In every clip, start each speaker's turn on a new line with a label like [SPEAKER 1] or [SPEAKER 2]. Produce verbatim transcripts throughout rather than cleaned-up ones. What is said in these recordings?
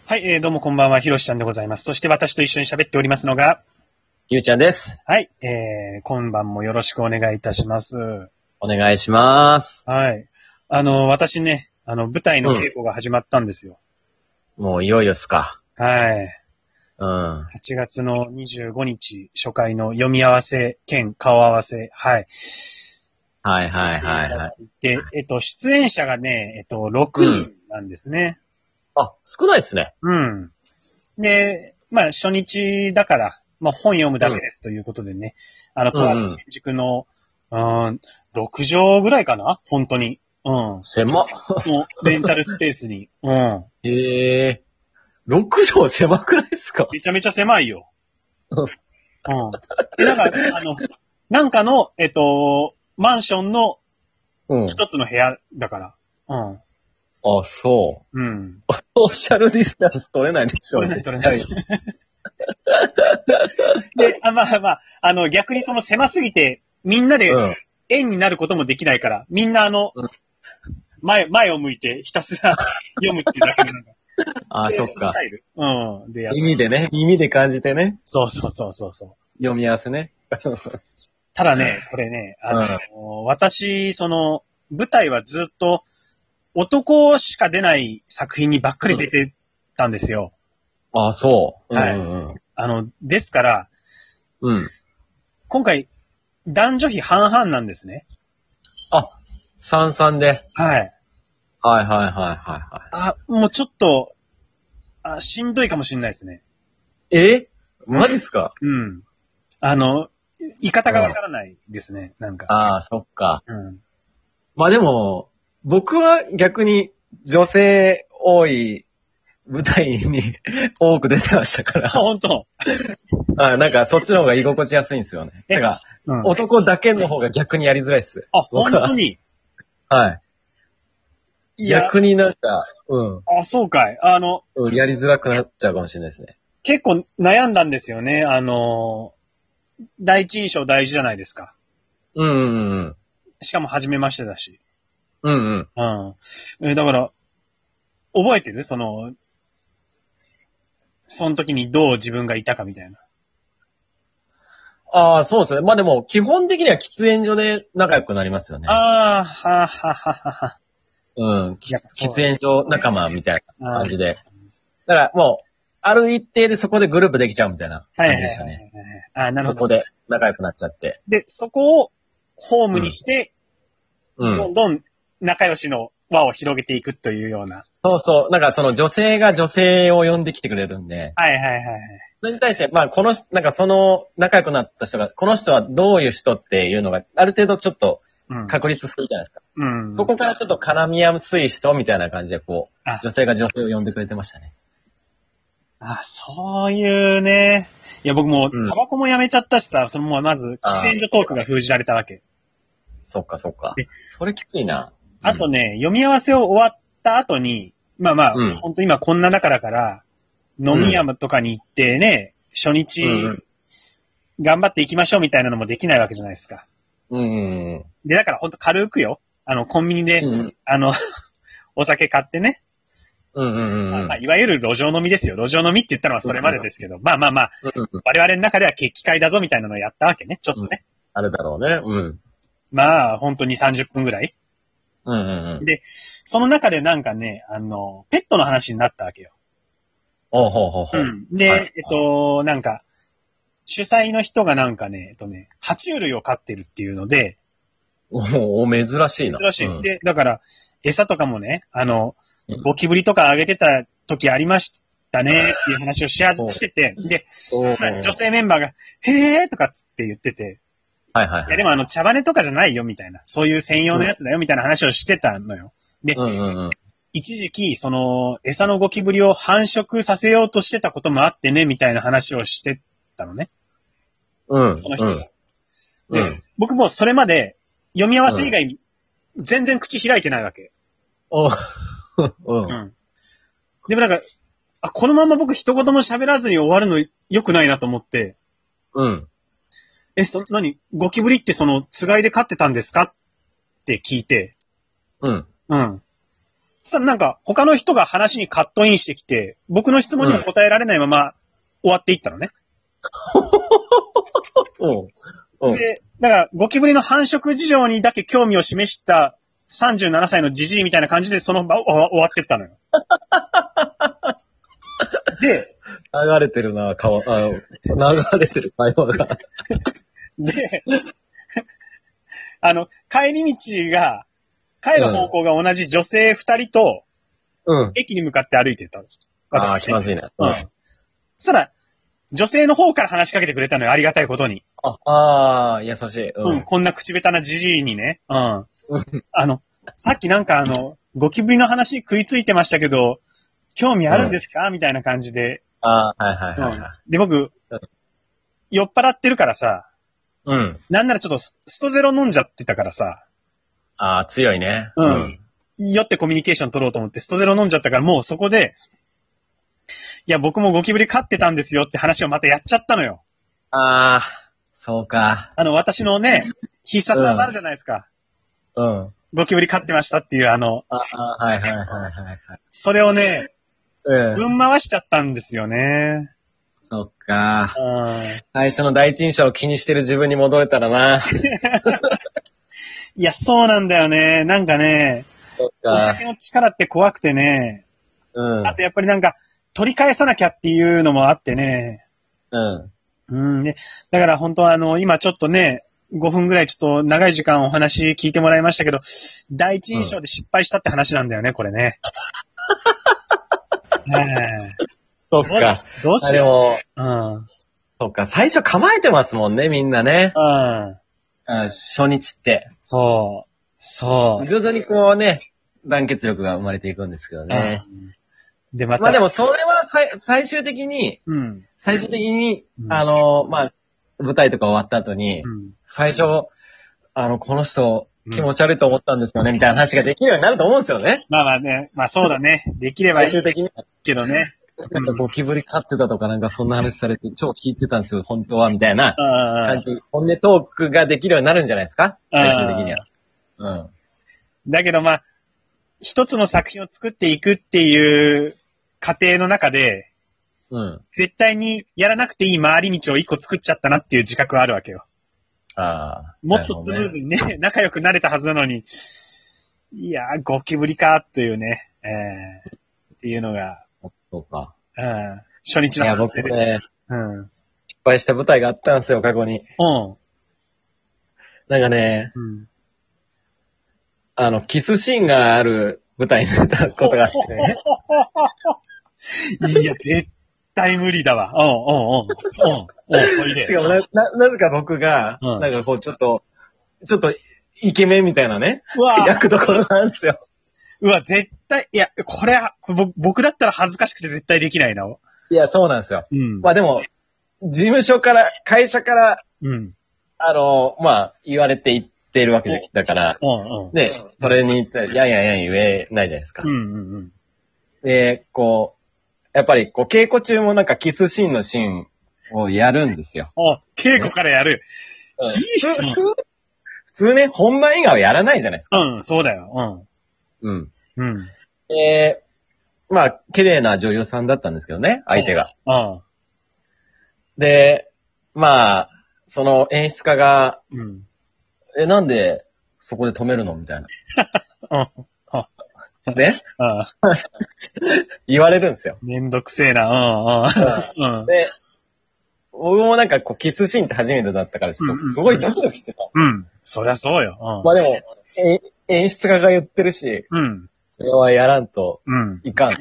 [SPEAKER 1] はい、えー、どうもこんばんは、ひろしちゃんでございます。そして私と一緒に喋っておりますのが、
[SPEAKER 2] ゆうちゃんです。
[SPEAKER 1] はい、えー、今晩もよろしくお願いいたします。
[SPEAKER 2] お願いします。
[SPEAKER 1] はい。あの、私ね、あの、舞台の稽古が始まったんですよ。
[SPEAKER 2] うん。もういよいよっすか。
[SPEAKER 1] はい。
[SPEAKER 2] うん。は
[SPEAKER 1] はちがつのにじゅうごにち、初回の読み合わせ兼顔合わせ。はい。
[SPEAKER 2] いはいはいはい。
[SPEAKER 1] で、えっと、出演者がね、えっと、ろくにんなんですね。
[SPEAKER 2] あ、少ないっすね。
[SPEAKER 1] うん。で、まあ、初日だから、まあ、本読むだけですということでね、あの、とある新宿の、うーん、ろくじょうぐらいかな本当に。うん。の
[SPEAKER 2] 狭っ。
[SPEAKER 1] レンタルスペースに。うん。
[SPEAKER 2] へえ。ろく畳狭くないっすか？
[SPEAKER 1] めちゃめちゃ狭いよ。
[SPEAKER 2] うん。
[SPEAKER 1] うん。で、なんか、あの、なんかの、えっと、マンションの
[SPEAKER 2] うん。
[SPEAKER 1] 一つの部屋だから。うん。
[SPEAKER 2] あ、そう。
[SPEAKER 1] うん。
[SPEAKER 2] ソーシャルディスタンス取れないでしょ。
[SPEAKER 1] 取れない取れない。で、あ、まあまあ、あの、逆にその狭すぎて、みんなで
[SPEAKER 2] うん。
[SPEAKER 1] 円になることもできないから、みんなあの、
[SPEAKER 2] うん
[SPEAKER 1] 前、前を向いてひたすら読むっていうだけのなんか、
[SPEAKER 2] あ、そっか。
[SPEAKER 1] スタイル。うん。でやっ
[SPEAKER 2] 耳でね、耳で感じてね。
[SPEAKER 1] そうそうそうそうそう。
[SPEAKER 2] 読み合わせね。
[SPEAKER 1] ただね、これね、あの、
[SPEAKER 2] うん。
[SPEAKER 1] 私、その、舞台はずっと男しか出ない作品にばっかり出てたんですよ。
[SPEAKER 2] あ、そう。
[SPEAKER 1] はい。
[SPEAKER 2] うんうん
[SPEAKER 1] あの、ですから、
[SPEAKER 2] うん。うん。
[SPEAKER 1] 今回、男女比半々なんですね。
[SPEAKER 2] あ、三三で。
[SPEAKER 1] はい。
[SPEAKER 2] はいはいはいはいは
[SPEAKER 1] あ、もうちょっと、あ、しんどいかもしれないですね。
[SPEAKER 2] い。えマジっすか？
[SPEAKER 1] うん。あの、言い方がわからないですね、なんか。
[SPEAKER 2] ああ、そっか。
[SPEAKER 1] うん。
[SPEAKER 2] まあでも、僕は逆に女性多い舞台に多く出てましたか
[SPEAKER 1] あ、
[SPEAKER 2] ら。
[SPEAKER 1] 本当。
[SPEAKER 2] あなんかそっちの方が居心地やすいんですよね。
[SPEAKER 1] え
[SPEAKER 2] てか、
[SPEAKER 1] うん。
[SPEAKER 2] 男だけの方が逆にやりづらいっす。
[SPEAKER 1] あ、
[SPEAKER 2] 僕は。
[SPEAKER 1] 本当に。
[SPEAKER 2] はい。
[SPEAKER 1] いや、
[SPEAKER 2] 逆になんか、うん、
[SPEAKER 1] あ、そうかい。あの、
[SPEAKER 2] うん。やりづらくなっちゃうかもしれないですね。
[SPEAKER 1] 結構悩んだんですよね。あの、第一印象大事じゃないですか。
[SPEAKER 2] うんうんうん。
[SPEAKER 1] しかも初めましてだし。
[SPEAKER 2] うんうん。
[SPEAKER 1] うん。え、だから、覚えてるその、その時にどう自分がいたかみたいな。
[SPEAKER 2] ああ、そうですね。まあでも、基本的には喫煙所で仲良くなりますよね。
[SPEAKER 1] ああ、ははははは。
[SPEAKER 2] うん。き
[SPEAKER 1] やっぱそう
[SPEAKER 2] 喫煙所仲間みたいな
[SPEAKER 1] あー
[SPEAKER 2] 感じで。だからもう、ある一定でそこでグループできちゃうみたいな
[SPEAKER 1] はいはいはい
[SPEAKER 2] 感じでしたね。
[SPEAKER 1] はい。あーなるほど。
[SPEAKER 2] そこで仲良くなっちゃって。
[SPEAKER 1] で、そこをホームにして、
[SPEAKER 2] うん。
[SPEAKER 1] どんどん仲良しの輪を広げていくというような。
[SPEAKER 2] そうそう。なんかその女性が女性を呼んできてくれるんで、
[SPEAKER 1] はいはいはいはい。
[SPEAKER 2] それに対して、まあこの人、なんかその仲良くなった人が、この人はどういう人っていうのが、ある程度ちょっと
[SPEAKER 1] うん。
[SPEAKER 2] 確立するじゃないですか。
[SPEAKER 1] うん。
[SPEAKER 2] そこからちょっと絡みやすい人みたいな感じで、こう、
[SPEAKER 1] あ、
[SPEAKER 2] 女性が女性を呼んでくれてましたね。
[SPEAKER 1] あ、そういうね。いや、僕も
[SPEAKER 2] うん
[SPEAKER 1] う、タバコもやめちゃったしさ、そのもうまず、喫煙所トークが封じられたわけ。
[SPEAKER 2] そっかそっか
[SPEAKER 1] で。
[SPEAKER 2] それきついな。
[SPEAKER 1] あとね、読み合わせを終わった後に、まあまあ、
[SPEAKER 2] うん
[SPEAKER 1] ほんと今こんな中だから、飲み屋とかに行ってね、初日、
[SPEAKER 2] うんうん
[SPEAKER 1] 頑張っていきましょうみたいなのもできないわけじゃないですか。
[SPEAKER 2] うんうんうん。
[SPEAKER 1] で、だからほんと軽くよ。あの、コンビニで、
[SPEAKER 2] うんうん
[SPEAKER 1] あの、お酒買ってね、
[SPEAKER 2] うんうんうんうん。
[SPEAKER 1] まあ、いわゆる路上飲みですよ。路上飲みって言ったのはそれまでですけど、まあまあまあ、
[SPEAKER 2] うんうん
[SPEAKER 1] 我々の中では決起会だぞみたいなのをやったわけね、ちょっとね。
[SPEAKER 2] あれだろうね。うん。
[SPEAKER 1] まあ、ほんとに、さんじゅっぷんぐらい。
[SPEAKER 2] うんうんうん。
[SPEAKER 1] で、その中でなんかね、あの、ペットの話になったわけよ。
[SPEAKER 2] おうほうほうほう。
[SPEAKER 1] うん。で、
[SPEAKER 2] はい
[SPEAKER 1] えっと、なんか、主催の人がなんかね、えっとね、爬虫類を飼ってるっていうので、
[SPEAKER 2] おお、珍しいな。
[SPEAKER 1] 珍しい。
[SPEAKER 2] うん
[SPEAKER 1] で、だから、餌とかもね、あの
[SPEAKER 2] うん、
[SPEAKER 1] ゴキブリとかあげてた時ありましたねっていう話をしやしてて、で、
[SPEAKER 2] おー
[SPEAKER 1] まあ女性メンバーが、へーとかっつって言ってて、
[SPEAKER 2] はいはいはい。
[SPEAKER 1] いやでもあの茶羽とかじゃないよみたいな、そういう専用のやつだよみたいな話をしてたのよ。で、
[SPEAKER 2] うんうんうん。
[SPEAKER 1] 一時期、その、餌のゴキブリを繁殖させようとしてたこともあってね、みたいな話をしてたのね。
[SPEAKER 2] うん。
[SPEAKER 1] その人が。
[SPEAKER 2] うん。
[SPEAKER 1] で、
[SPEAKER 2] うん
[SPEAKER 1] 僕もそれまで読み合わせ以外、全然口開いてないわけ。
[SPEAKER 2] おう。うん
[SPEAKER 1] う。ん。でもなんか、あ、このまま僕一言も喋らずに終わるの良くないなと思って、
[SPEAKER 2] うん。
[SPEAKER 1] え、そ、何ゴキブリってその、つがいで飼ってたんですかって聞いて、
[SPEAKER 2] うん。
[SPEAKER 1] うん。 そしたらなんか他の人が話にカットインしてきて、僕の質問にも答えられないまま終わっていったのね。
[SPEAKER 2] うんうん、
[SPEAKER 1] で、だからゴキブリの繁殖事情にだけ興味を示したさんじゅうななさいのジジイみたいな感じでその場を終わってったのよ。で、
[SPEAKER 2] 流れてるな、顔、あの、流れてる会話が。
[SPEAKER 1] で、あの、帰り道が、帰る方向が同じ女性二人と、
[SPEAKER 2] うん。
[SPEAKER 1] 駅に向かって歩いてた。
[SPEAKER 2] ああ、気まずいね。
[SPEAKER 1] うん。そしたら、女性の方から話しかけてくれたのよ、ありがたいことに。
[SPEAKER 2] ああー、優しい。
[SPEAKER 1] うん、うん、こんな口下手なじじいにね。うん。あの、さっきなんかあの、ゴキブリの話食いついてましたけど、興味あるんですか、うん、みたいな感じで。
[SPEAKER 2] ああ、はいはいはい、はい、
[SPEAKER 1] うん。で、僕、酔っ払ってるからさ、
[SPEAKER 2] うん。
[SPEAKER 1] なんならちょっとストゼロ飲んじゃってたからさ。
[SPEAKER 2] ああ、強いね。
[SPEAKER 1] うん。うん、酔ってコミュニケーション取ろうと思ってストゼロ飲んじゃったからもうそこで、いや、僕もゴキブリ飼ってたんですよって話をまたやっちゃったのよ。
[SPEAKER 2] ああ、そうか。
[SPEAKER 1] あの、私のね、必殺技あるじゃないですか。
[SPEAKER 2] うん。うん、
[SPEAKER 1] ゴキブリ飼ってましたっていうあの。
[SPEAKER 2] ああ、はいはいはいはい、はい。
[SPEAKER 1] それをね、
[SPEAKER 2] うん、
[SPEAKER 1] ぶん回しちゃったんですよね。
[SPEAKER 2] そっか。
[SPEAKER 1] うん。
[SPEAKER 2] 最初の第一印象を気にしてる自分に戻れたらな。
[SPEAKER 1] いや、そうなんだよね。なんかね、
[SPEAKER 2] そっか。
[SPEAKER 1] お酒の力って怖くてね。
[SPEAKER 2] うん。
[SPEAKER 1] あとやっぱりなんか、取り返さなきゃっていうのもあってね。
[SPEAKER 2] うん。
[SPEAKER 1] うんね。だから本当はあの、今ちょっとね、ごふんぐらいちょっと長い時間お話聞いてもらいましたけど、第一印象で失敗したって話なんだよね、これね。ねえ。
[SPEAKER 2] そっか。
[SPEAKER 1] どうしよう。うん。
[SPEAKER 2] そっか。最初構えてますもんね、みんなね。
[SPEAKER 1] うん。
[SPEAKER 2] 初日って。
[SPEAKER 1] そう。そう。
[SPEAKER 2] 徐々にこうね、団結力が生まれていくんですけどね。
[SPEAKER 1] うん、で、また。
[SPEAKER 2] まあでもそれは最最終的に、うん、最終的に、うん、あの、まあ、舞台とか終わった後に、うん、最初、あの、この人、気持ち悪いと思ったんですよね、うん、みたいな話ができるようになると思うんですよね。
[SPEAKER 1] まあまあね、まあそうだね。できればいい。
[SPEAKER 2] 最終的に。
[SPEAKER 1] けどね。
[SPEAKER 2] なんかゴキブリ飼ってたとかなんかそんな話されて超聞いてたんですよ、本当は、みたいな感じ。本音トークができるようになるんじゃないですか、最終的には。うん。
[SPEAKER 1] だけどまあ、一つの作品を作っていくっていう過程の中で、うん。絶対にやらなくていい回り道を一個作っちゃったなっていう自覚はあるわけよ。
[SPEAKER 2] ああ。
[SPEAKER 1] もっとスムーズにね、ね仲良くなれたはずなのに、いやー、ゴキブリかっていうね、えー、っていうのが、
[SPEAKER 2] そうか。
[SPEAKER 1] うん。初日の反省です。いや、僕ね、
[SPEAKER 2] うん。失敗した舞台があったんですよ、過去に。うん。なんかね、うん。あの、キスシーンがある舞台になったことがあってね。
[SPEAKER 1] いや、絶対無理だわ。うん、うん、うん。うん、うん、それで。
[SPEAKER 2] しかもな、な、なぜか僕が、うん、なんかこう、ちょっと、ちょっと、イケメンみたいなね。うわ役どころなんですよ。
[SPEAKER 1] うわ、絶対、いや、これは、僕だったら恥ずかしくて絶対できないな。
[SPEAKER 2] いや、そうなんですよ。うん。まあでも、事務所から、会社から、うん。あの、まあ、言われていってるわけだから、うんうん。で、それに、やんやんやん言えないじゃないですか。うんうんうん。で、こう、やっぱり、こう、稽古中もなんかキスシーンのシーンをやるんですよ。
[SPEAKER 1] あ、稽古からやる。
[SPEAKER 2] うん、普通、普通ね、本番以外はやらないじゃないですか。
[SPEAKER 1] うん、そうだよ。うん。
[SPEAKER 2] うん。うん。えー、まあ、綺麗な女優さんだったんですけどね、相手が。うん。で、まあ、その演出家が、うん、え、なんでそこで止めるのみたいな。うん。ね、うん、言われるんですよ。
[SPEAKER 1] めんどくせえな。うん。うん。で、
[SPEAKER 2] 僕もなんかこう、キスシーンって初めてだったから、すごいドキドキしてた。
[SPEAKER 1] うん。そりゃそうよ。
[SPEAKER 2] うん。まあでも、え、演出家が言ってるし、うん。それはやらんと、いかん。うん。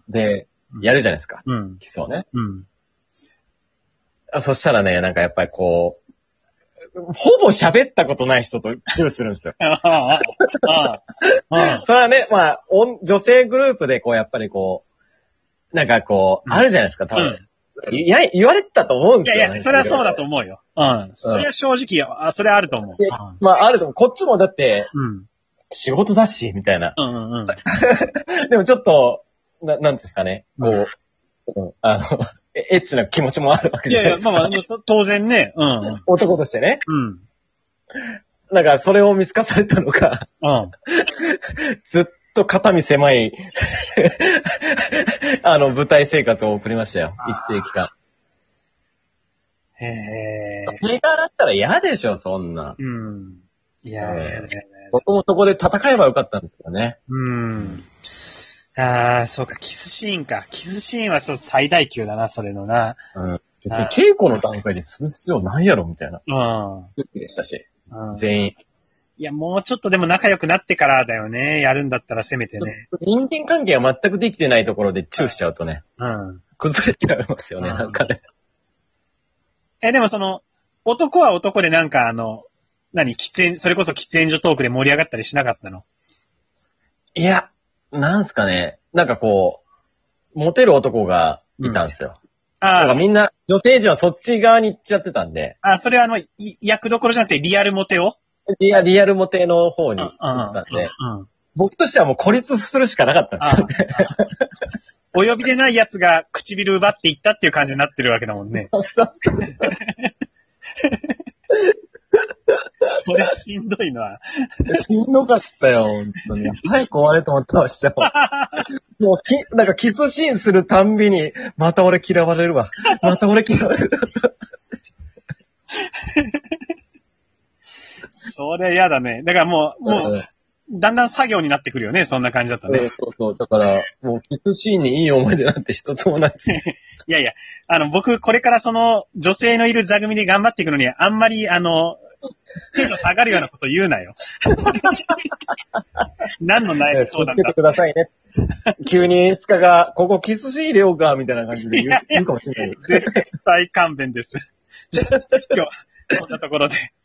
[SPEAKER 2] で、やるじゃないですか。うん。キスをね。うん。そしたらね、なんかやっぱりこう、ほぼ喋ったことない人とキスするんですよ。ああ、ああ。それはね、まあ、女性グループでこう、やっぱりこう、なんかこう、あるじゃないですか、多分。いや、言われてたと思うんですよ、ね。
[SPEAKER 1] いやいや、それはそうだと思うよ。うん。それは正直、あ、それはあると思う。
[SPEAKER 2] まあ、あると思う。こっちもだって、うん。仕事だし、みたいな。うんうんうん。でもちょっと、な、なんですかね。こう、うん、あの、エッチな気持ちもあるわけじゃないですか。
[SPEAKER 1] いやいや、まあまあ、当然ね。うん。
[SPEAKER 2] 男としてね。うん。なんか、それを見透かされたのか。うん。ずっと肩身狭い、あの、舞台生活を送りましたよ。一定期間。
[SPEAKER 1] へえ。
[SPEAKER 2] メーカーだったら嫌でしょ、そんな。
[SPEAKER 1] うん。いやー、ね、
[SPEAKER 2] 僕もそこで戦えばよかったんですよね。
[SPEAKER 1] うん。ああ、そうか、キスシーンか。キスシーンはそう最大級だな、それのな。
[SPEAKER 2] うん。別に稽古の段階でする必要ないやろ、みたいな。
[SPEAKER 1] うん。
[SPEAKER 2] でしたし。うん、全員。
[SPEAKER 1] いや、もうちょっとでも仲良くなってからだよね。やるんだったらせめてね。
[SPEAKER 2] 人間関係が全くできてないところでチューしちゃうとね。
[SPEAKER 1] うん。
[SPEAKER 2] 崩れちゃいますよね、うん、なんかね。
[SPEAKER 1] え、でもその、男は男でなんかあの、何、喫煙、それこそ喫煙所トークで盛り上がったりしなかったの？
[SPEAKER 2] いや、なんすかね。なんかこう、モテる男がいたんですよ。うん、ああ。みんな、女性陣はそっち側に行っちゃってたんで。
[SPEAKER 1] ああ、それはあの、役どころじゃなくてリアルモテを
[SPEAKER 2] リア、リアルモテの方に行ったんで。うんうんうん、僕としてはもう孤立するしかなかったんですよね。
[SPEAKER 1] お呼びでない奴が唇奪っていったっていう感じになってるわけだもんね。それしんどいな。
[SPEAKER 2] しんどかったよ、本当に。早く終われと思ってましたよ。もうき、なんかキスシーンするたんびに、また俺嫌われるわ。また俺嫌われるわ。
[SPEAKER 1] それ嫌だね。だからもう、もう、だんだん作業になってくるよね、そんな感じだったね。
[SPEAKER 2] そうそう。だから、もうキスシーンにいい思い出なんて一つもない。
[SPEAKER 1] いやいや、あの、僕、これからその、女性のいる座組で頑張っていくのに、あんまり、あの、テンション下がるようなこと言うなよ。何の悩み相談だ。
[SPEAKER 2] 気をつけてくださいね。急に演出家が、ここキスシーン入れようか、みたいな感じで言う、いやいや言うかもしれない。
[SPEAKER 1] 絶対勘弁です。じゃあ、今日は、こんなところで。